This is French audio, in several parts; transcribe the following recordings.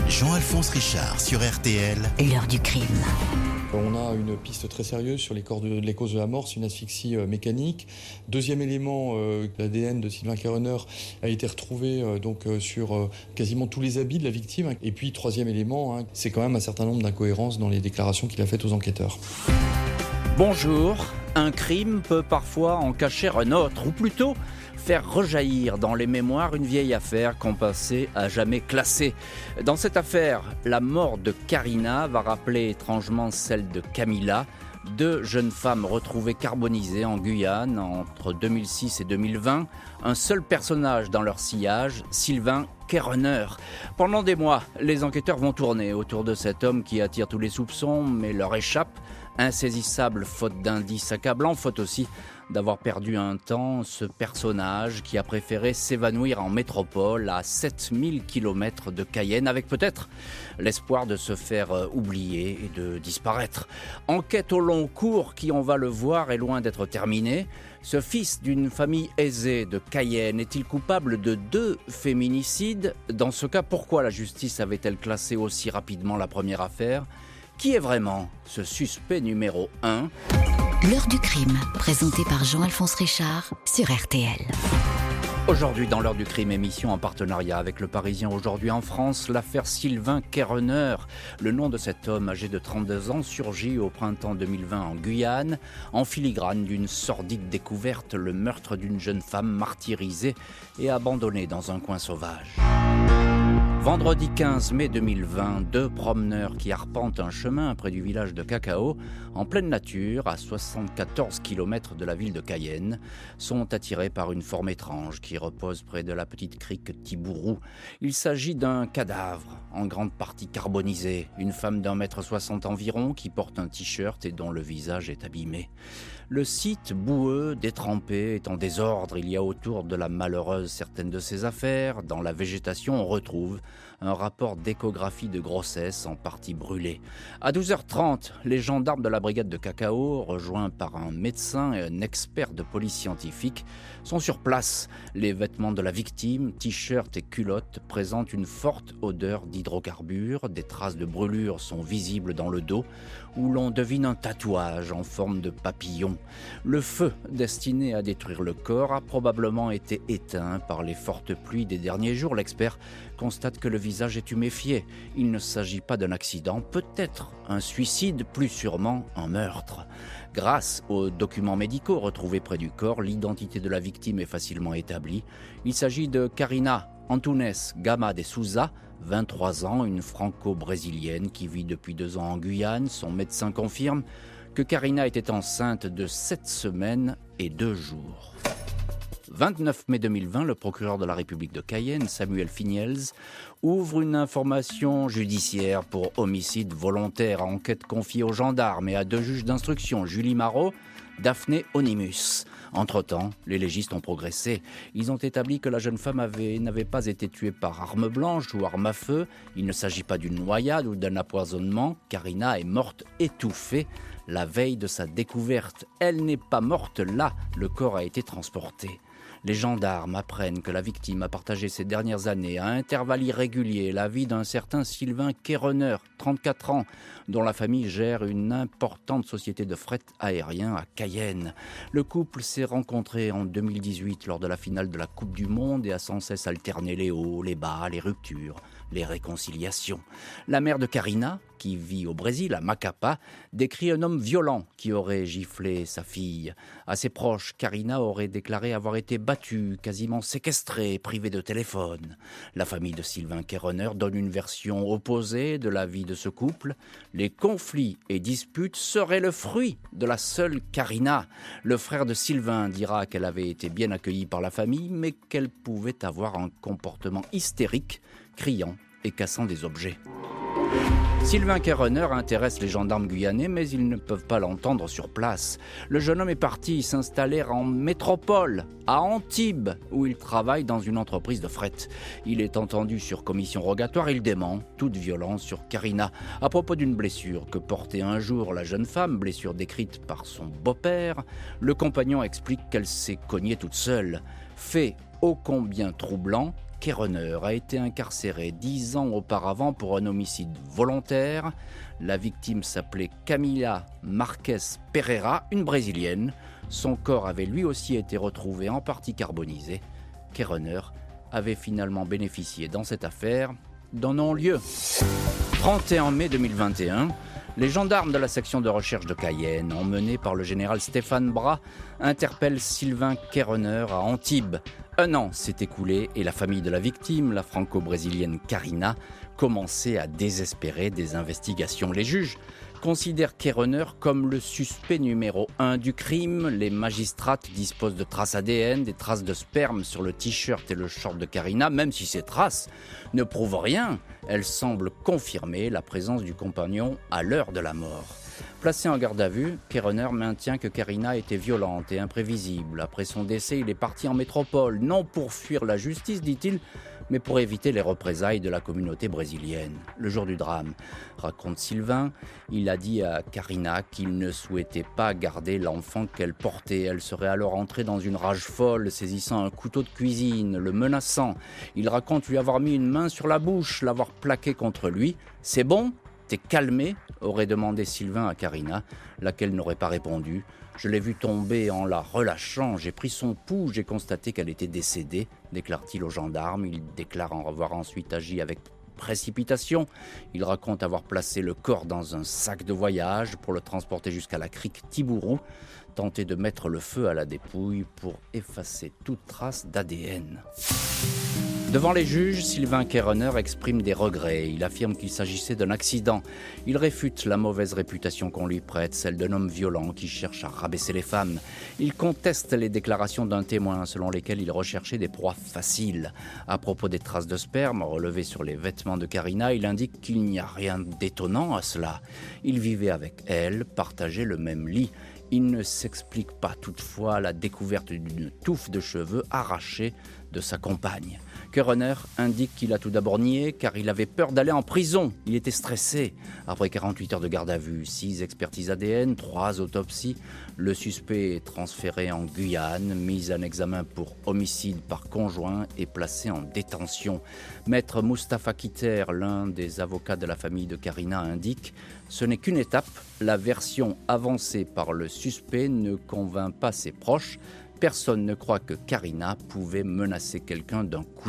Jean-Alphonse Richard sur RTL. L'heure du crime. On a une piste très sérieuse sur les causes de la mort, c'est une asphyxie mécanique. Deuxième élément, l'ADN de Sylvain Kéreneur a été retrouvé sur quasiment tous les habits de la victime. Et puis troisième élément, c'est quand même un certain nombre d'incohérences dans les déclarations qu'il a faites aux enquêteurs. Bonjour, un crime peut parfois en cacher un autre, ou plutôt faire rejaillir dans les mémoires une vieille affaire qu'on passait à jamais classée. Dans cette affaire, la mort de Karina va rappeler étrangement celle de Camilla, deux jeunes femmes retrouvées carbonisées en Guyane entre 2006 et 2020. Un seul personnage dans leur sillage, Sylvain Kéreneur. Pendant des mois, les enquêteurs vont tourner autour de cet homme qui attire tous les soupçons, mais leur échappe. Insaisissable faute d'indices accablants, faute aussi d'avoir perdu un temps ce personnage qui a préféré s'évanouir en métropole à 7000 km de Cayenne avec peut-être l'espoir de se faire oublier et de disparaître. Enquête au long cours qui, on va le voir, est loin d'être terminée. Ce fils d'une famille aisée de Cayenne est-il coupable de 2 féminicides ? Dans ce cas, pourquoi la justice avait-elle classé aussi rapidement la première affaire ? Qui est vraiment ce suspect numéro 1 ? L'heure du crime, présentée par Jean-Alphonse Richard sur RTL. Aujourd'hui, dans l'heure du crime, émission en partenariat avec Le Parisien. Aujourd'hui en France, l'affaire Sylvain Kéreneur. Le nom de cet homme âgé de 32 ans surgit au printemps 2020 en Guyane, en filigrane d'une sordide découverte, le meurtre d'une jeune femme martyrisée et abandonnée dans un coin sauvage. Vendredi 15 mai 2020, 2 promeneurs qui arpentent un chemin près du village de Cacao, en pleine nature, à 74 km de la ville de Cayenne, sont attirés par une forme étrange qui repose près de la petite crique Tibourou. Il s'agit d'un cadavre, en grande partie carbonisé, une femme d'1,60 m environ qui porte un t-shirt et dont le visage est abîmé. Le site boueux, détrempé, est en désordre. Il y a autour de la malheureuse certaines de ses affaires. Dans la végétation, on retrouve un rapport d'échographie de grossesse en partie brûlé. À 12h30, les gendarmes de la brigade de Cacao, rejoints par un médecin et un expert de police scientifique, sont sur place. Les vêtements de la victime, t-shirt et culottes, présentent une forte odeur d'hydrocarbures. Des traces de brûlure sont visibles dans le dos, où l'on devine un tatouage en forme de papillon. Le feu destiné à détruire le corps a probablement été éteint par les fortes pluies des derniers jours. L'expert constate que le visage est tuméfié. Il ne s'agit pas d'un accident, peut-être un suicide, plus sûrement un meurtre. Grâce aux documents médicaux retrouvés près du corps, l'identité de la victime est facilement établie. Il s'agit de Karina Antunes Gama de Souza, 23 ans, une franco-brésilienne qui vit depuis 2 ans en Guyane. Son médecin confirme que Karina était enceinte de 7 semaines et 2 jours. 29 mai 2020, le procureur de la République de Cayenne, Samuel Finiels, ouvre une information judiciaire pour homicide volontaire, enquête confiée aux gendarmes et à 2 juges d'instruction, Julie Marot, Daphné Onimus. Entre-temps, les légistes ont progressé. Ils ont établi que la jeune femme n'avait pas été tuée par arme blanche ou arme à feu. Il ne s'agit pas d'une noyade ou d'un empoisonnement. Karina est morte étouffée la veille de sa découverte. Elle n'est pas morte là, le corps a été transporté. Les gendarmes apprennent que la victime a partagé ces dernières années à intervalles irréguliers la vie d'un certain Sylvain Kéreneur, 34 ans, dont la famille gère une importante société de fret aérien à Cayenne. Le couple s'est rencontré en 2018 lors de la finale de la Coupe du Monde et a sans cesse alterné les hauts, les bas, les ruptures, les réconciliations. La mère de Karina, qui vit au Brésil, à Macapá, décrit un homme violent qui aurait giflé sa fille. À ses proches, Karina aurait déclaré avoir été battue, quasiment séquestrée, privée de téléphone. La famille de Sylvain Kéreneur donne une version opposée de la vie de ce couple. Les conflits et disputes seraient le fruit de la seule Karina. Le frère de Sylvain dira qu'elle avait été bien accueillie par la famille, mais qu'elle pouvait avoir un comportement hystérique, criant et cassant des objets. Sylvain Kéreneur intéresse les gendarmes guyanais, mais ils ne peuvent pas l'entendre sur place. Le jeune homme est parti s'installer en métropole, à Antibes, où il travaille dans une entreprise de fret. Il est entendu sur commission rogatoire, il dément toute violence sur Karina. À propos d'une blessure que portait un jour la jeune femme, blessure décrite par son beau-père, le compagnon explique qu'elle s'est cognée toute seule. Fait ô combien troublant, Kerrener a été incarcéré 10 ans auparavant pour un homicide volontaire. La victime s'appelait Camila Marques Pereira, une Brésilienne. Son corps avait lui aussi été retrouvé en partie carbonisé. Kerrener avait finalement bénéficié dans cette affaire d'un non-lieu. 31 mai 2021, les gendarmes de la section de recherche de Cayenne, emmenés par le général Stéphane Bras, interpellent Sylvain Kerrener à Antibes. 1 an s'est écoulé et la famille de la victime, la franco-brésilienne Karina, commençait à désespérer des investigations. Les juges considèrent Kerrener comme le suspect numéro 1 du crime. Les magistrates disposent de traces ADN, des traces de sperme sur le t-shirt et le short de Karina, même si ces traces ne prouvent rien. Elles semblent confirmer la présence du compagnon à l'heure de la mort. Placé en garde à vue, Kerrener maintient que Karina était violente et imprévisible. Après son décès, il est parti en métropole, non pour fuir la justice, dit-il, mais pour éviter les représailles de la communauté brésilienne. Le jour du drame, raconte Sylvain, il a dit à Karina qu'il ne souhaitait pas garder l'enfant qu'elle portait. Elle serait alors entrée dans une rage folle, saisissant un couteau de cuisine, le menaçant. Il raconte lui avoir mis une main sur la bouche, l'avoir plaqué contre lui. « C'est bon ? T'es calmé ?» aurait demandé Sylvain à Karina, laquelle n'aurait pas répondu. Je l'ai vue tomber en la relâchant, j'ai pris son pouls, j'ai constaté qu'elle était décédée, déclare-t-il aux gendarmes. Il déclare en avoir ensuite agi avec précipitation. Il raconte avoir placé le corps dans un sac de voyage pour le transporter jusqu'à la crique Tibourou, tenté de mettre le feu à la dépouille pour effacer toute trace d'ADN. Devant les juges, Sylvain Kerrener exprime des regrets. Il affirme qu'il s'agissait d'un accident. Il réfute la mauvaise réputation qu'on lui prête, celle d'un homme violent qui cherche à rabaisser les femmes. Il conteste les déclarations d'un témoin selon lesquelles il recherchait des proies faciles. À propos des traces de sperme relevées sur les vêtements de Karina, il indique qu'il n'y a rien d'étonnant à cela. Il vivait avec elle, partageait le même lit. Il ne s'explique pas toutefois la découverte d'une touffe de cheveux arrachée de sa compagne. Kerrener indique qu'il a tout d'abord nié car il avait peur d'aller en prison. Il était stressé. Après 48 heures de garde à vue, 6 expertises ADN, 3 autopsies, le suspect est transféré en Guyane, mis en examen pour homicide par conjoint et placé en détention. Maître Moustapha Kiter, l'un des avocats de la famille de Karina, indique « Ce n'est qu'une étape. La version avancée par le suspect ne convainc pas ses proches. Personne ne croit que Karina pouvait menacer quelqu'un d'un couteau. »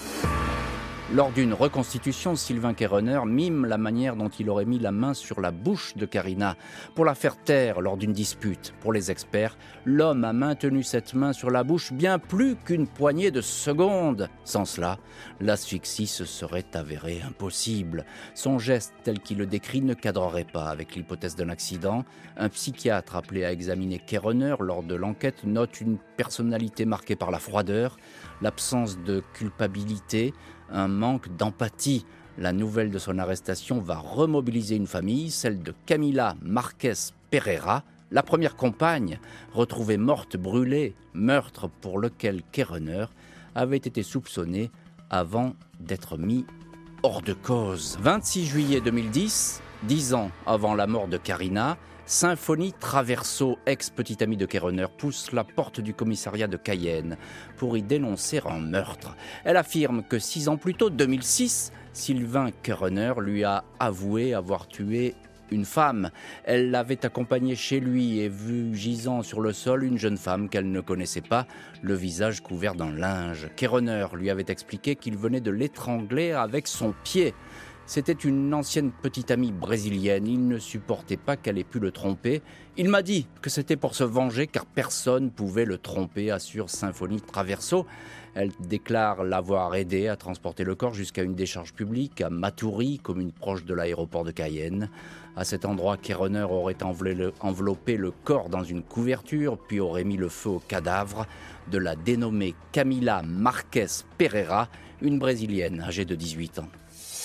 Lors d'une reconstitution, Sylvain Kerrener mime la manière dont il aurait mis la main sur la bouche de Karina pour la faire taire lors d'une dispute. Pour les experts, l'homme a maintenu cette main sur la bouche bien plus qu'une poignée de secondes. Sans cela, l'asphyxie se serait avérée impossible. Son geste tel qu'il le décrit ne cadrerait pas avec l'hypothèse d'un accident. Un psychiatre appelé à examiner Kerrener lors de l'enquête note une personnalité marquée par la froideur, l'absence de culpabilité, un manque d'empathie. La nouvelle de son arrestation va remobiliser une famille, celle de Camila Marques Pereira, la première compagne, retrouvée morte brûlée, meurtre pour lequel Kerrener avait été soupçonné avant d'être mis hors de cause. 26 juillet 2010, 10 ans avant la mort de Karina, Symphonie Traverso, ex-petite amie de Kerrener, pousse la porte du commissariat de Cayenne pour y dénoncer un meurtre. Elle affirme que 6 ans plus tôt, 2006, Sylvain Kerrener lui a avoué avoir tué une femme. Elle l'avait accompagné chez lui et vu gisant sur le sol une jeune femme qu'elle ne connaissait pas, le visage couvert d'un linge. Kerrener lui avait expliqué qu'il venait de l'étrangler avec son pied. C'était une ancienne petite amie brésilienne. Il ne supportait pas qu'elle ait pu le tromper. Il m'a dit que c'était pour se venger car personne pouvait le tromper, assure Symphonie Traverso. Elle déclare l'avoir aidé à transporter le corps jusqu'à une décharge publique à Maturi, commune proche de l'aéroport de Cayenne. À cet endroit, Kerrener aurait enveloppé le corps dans une couverture, puis aurait mis le feu au cadavre de la dénommée Camila Marques Pereira, une Brésilienne âgée de 18 ans.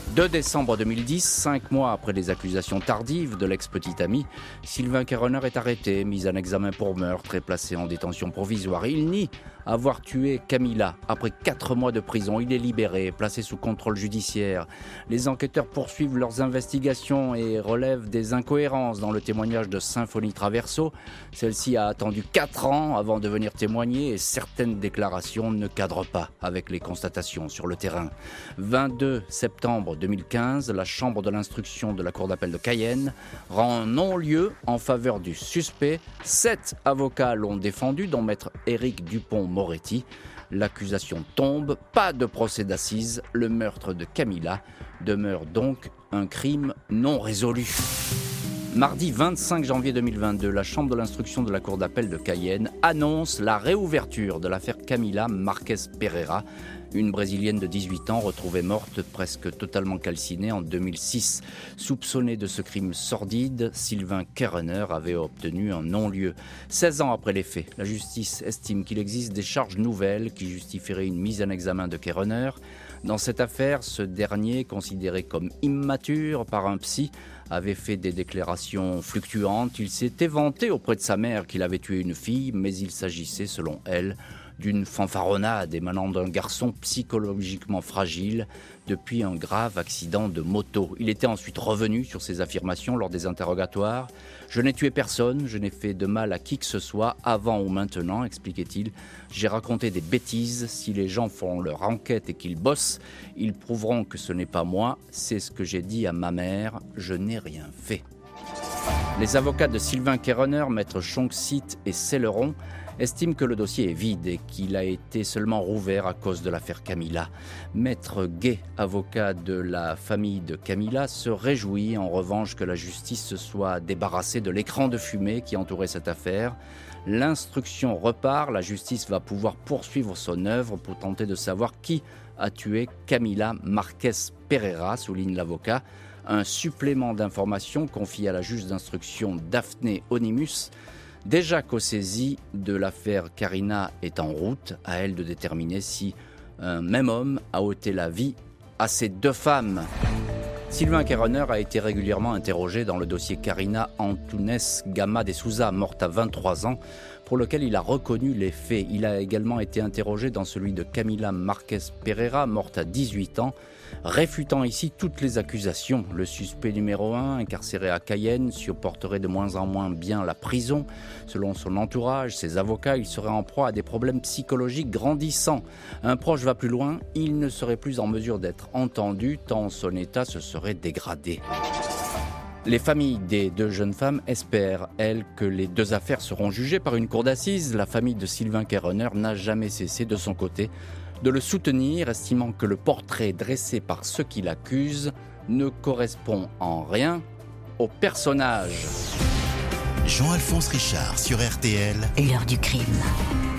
2 décembre 2010, 5 mois après les accusations tardives de l'ex-petit ami, Sylvain Kérener est arrêté, mis en examen pour meurtre et placé en détention provisoire. Il nie avoir tué Camilla. Après 4 mois de prison, il est libéré, placé sous contrôle judiciaire. Les enquêteurs poursuivent leurs investigations et relèvent des incohérences dans le témoignage de Symphonie Traverso. Celle-ci a attendu 4 ans avant de venir témoigner et certaines déclarations ne cadrent pas avec les constatations sur le terrain. 22 septembre 2015, la chambre de l'instruction de la cour d'appel de Cayenne rend non-lieu en faveur du suspect. 7 avocats l'ont défendu, dont maître Éric Dupond-Moretti. L'accusation tombe, pas de procès d'assises. Le meurtre de Camilla demeure donc un crime non résolu. Mardi 25 janvier 2022, la chambre de l'instruction de la cour d'appel de Cayenne annonce la réouverture de l'affaire Camilla Marques Pereira, une Brésilienne de 18 ans retrouvée morte, presque totalement calcinée en 2006. Soupçonné de ce crime sordide, Sylvain Kérener avait obtenu un non-lieu. 16 ans après les faits, la justice estime qu'il existe des charges nouvelles qui justifieraient une mise en examen de Kérener. Dans cette affaire, ce dernier, considéré comme immature par un psy, avait fait des déclarations fluctuantes. Il s'était vanté auprès de sa mère qu'il avait tué une fille, mais il s'agissait, selon elle, d'une fanfaronnade émanant d'un garçon psychologiquement fragile depuis un grave accident de moto. Il était ensuite revenu sur ses affirmations lors des interrogatoires. « Je n'ai tué personne, je n'ai fait de mal à qui que ce soit, avant ou maintenant », expliquait-il. « J'ai raconté des bêtises. Si les gens font leur enquête et qu'ils bossent, ils prouveront que ce n'est pas moi. C'est ce que j'ai dit à ma mère. Je n'ai rien fait. » Les avocats de Sylvain Kérener, maître Chonxit et Céleron, estime que le dossier est vide et qu'il a été seulement rouvert à cause de l'affaire Camilla. Maître Gay, avocat de la famille de Camilla, se réjouit en revanche que la justice se soit débarrassée de l'écran de fumée qui entourait cette affaire. L'instruction repart, la justice va pouvoir poursuivre son œuvre pour tenter de savoir qui a tué Camilla Marques Pereira, souligne l'avocat. Un supplément d'information confié à la juge d'instruction Daphné Onimus. Déjà qu'au saisie de l'affaire Karina est en route, à elle de déterminer si un même homme a ôté la vie à ces 2 femmes. Sylvain Kérener a été régulièrement interrogé dans le dossier Karina Antunes Gama de Souza, morte à 23 ans, pour lequel il a reconnu les faits. Il a également été interrogé dans celui de Camilla Marques Pereira, morte à 18 ans, réfutant ici toutes les accusations. Le suspect numéro 1, incarcéré à Cayenne, supporterait de moins en moins bien la prison. Selon son entourage, ses avocats, il serait en proie à des problèmes psychologiques grandissants. Un proche va plus loin, il ne serait plus en mesure d'être entendu tant son état se serait dégradé. Les familles des 2 jeunes femmes espèrent, elles, que les 2 affaires seront jugées par une cour d'assises. La famille de Sylvain Kérener n'a jamais cessé, de son côté, de le soutenir, estimant que le portrait dressé par ceux qui l'accusent ne correspond en rien au personnage. Jean-Alphonse Richard sur RTL. L'heure du crime.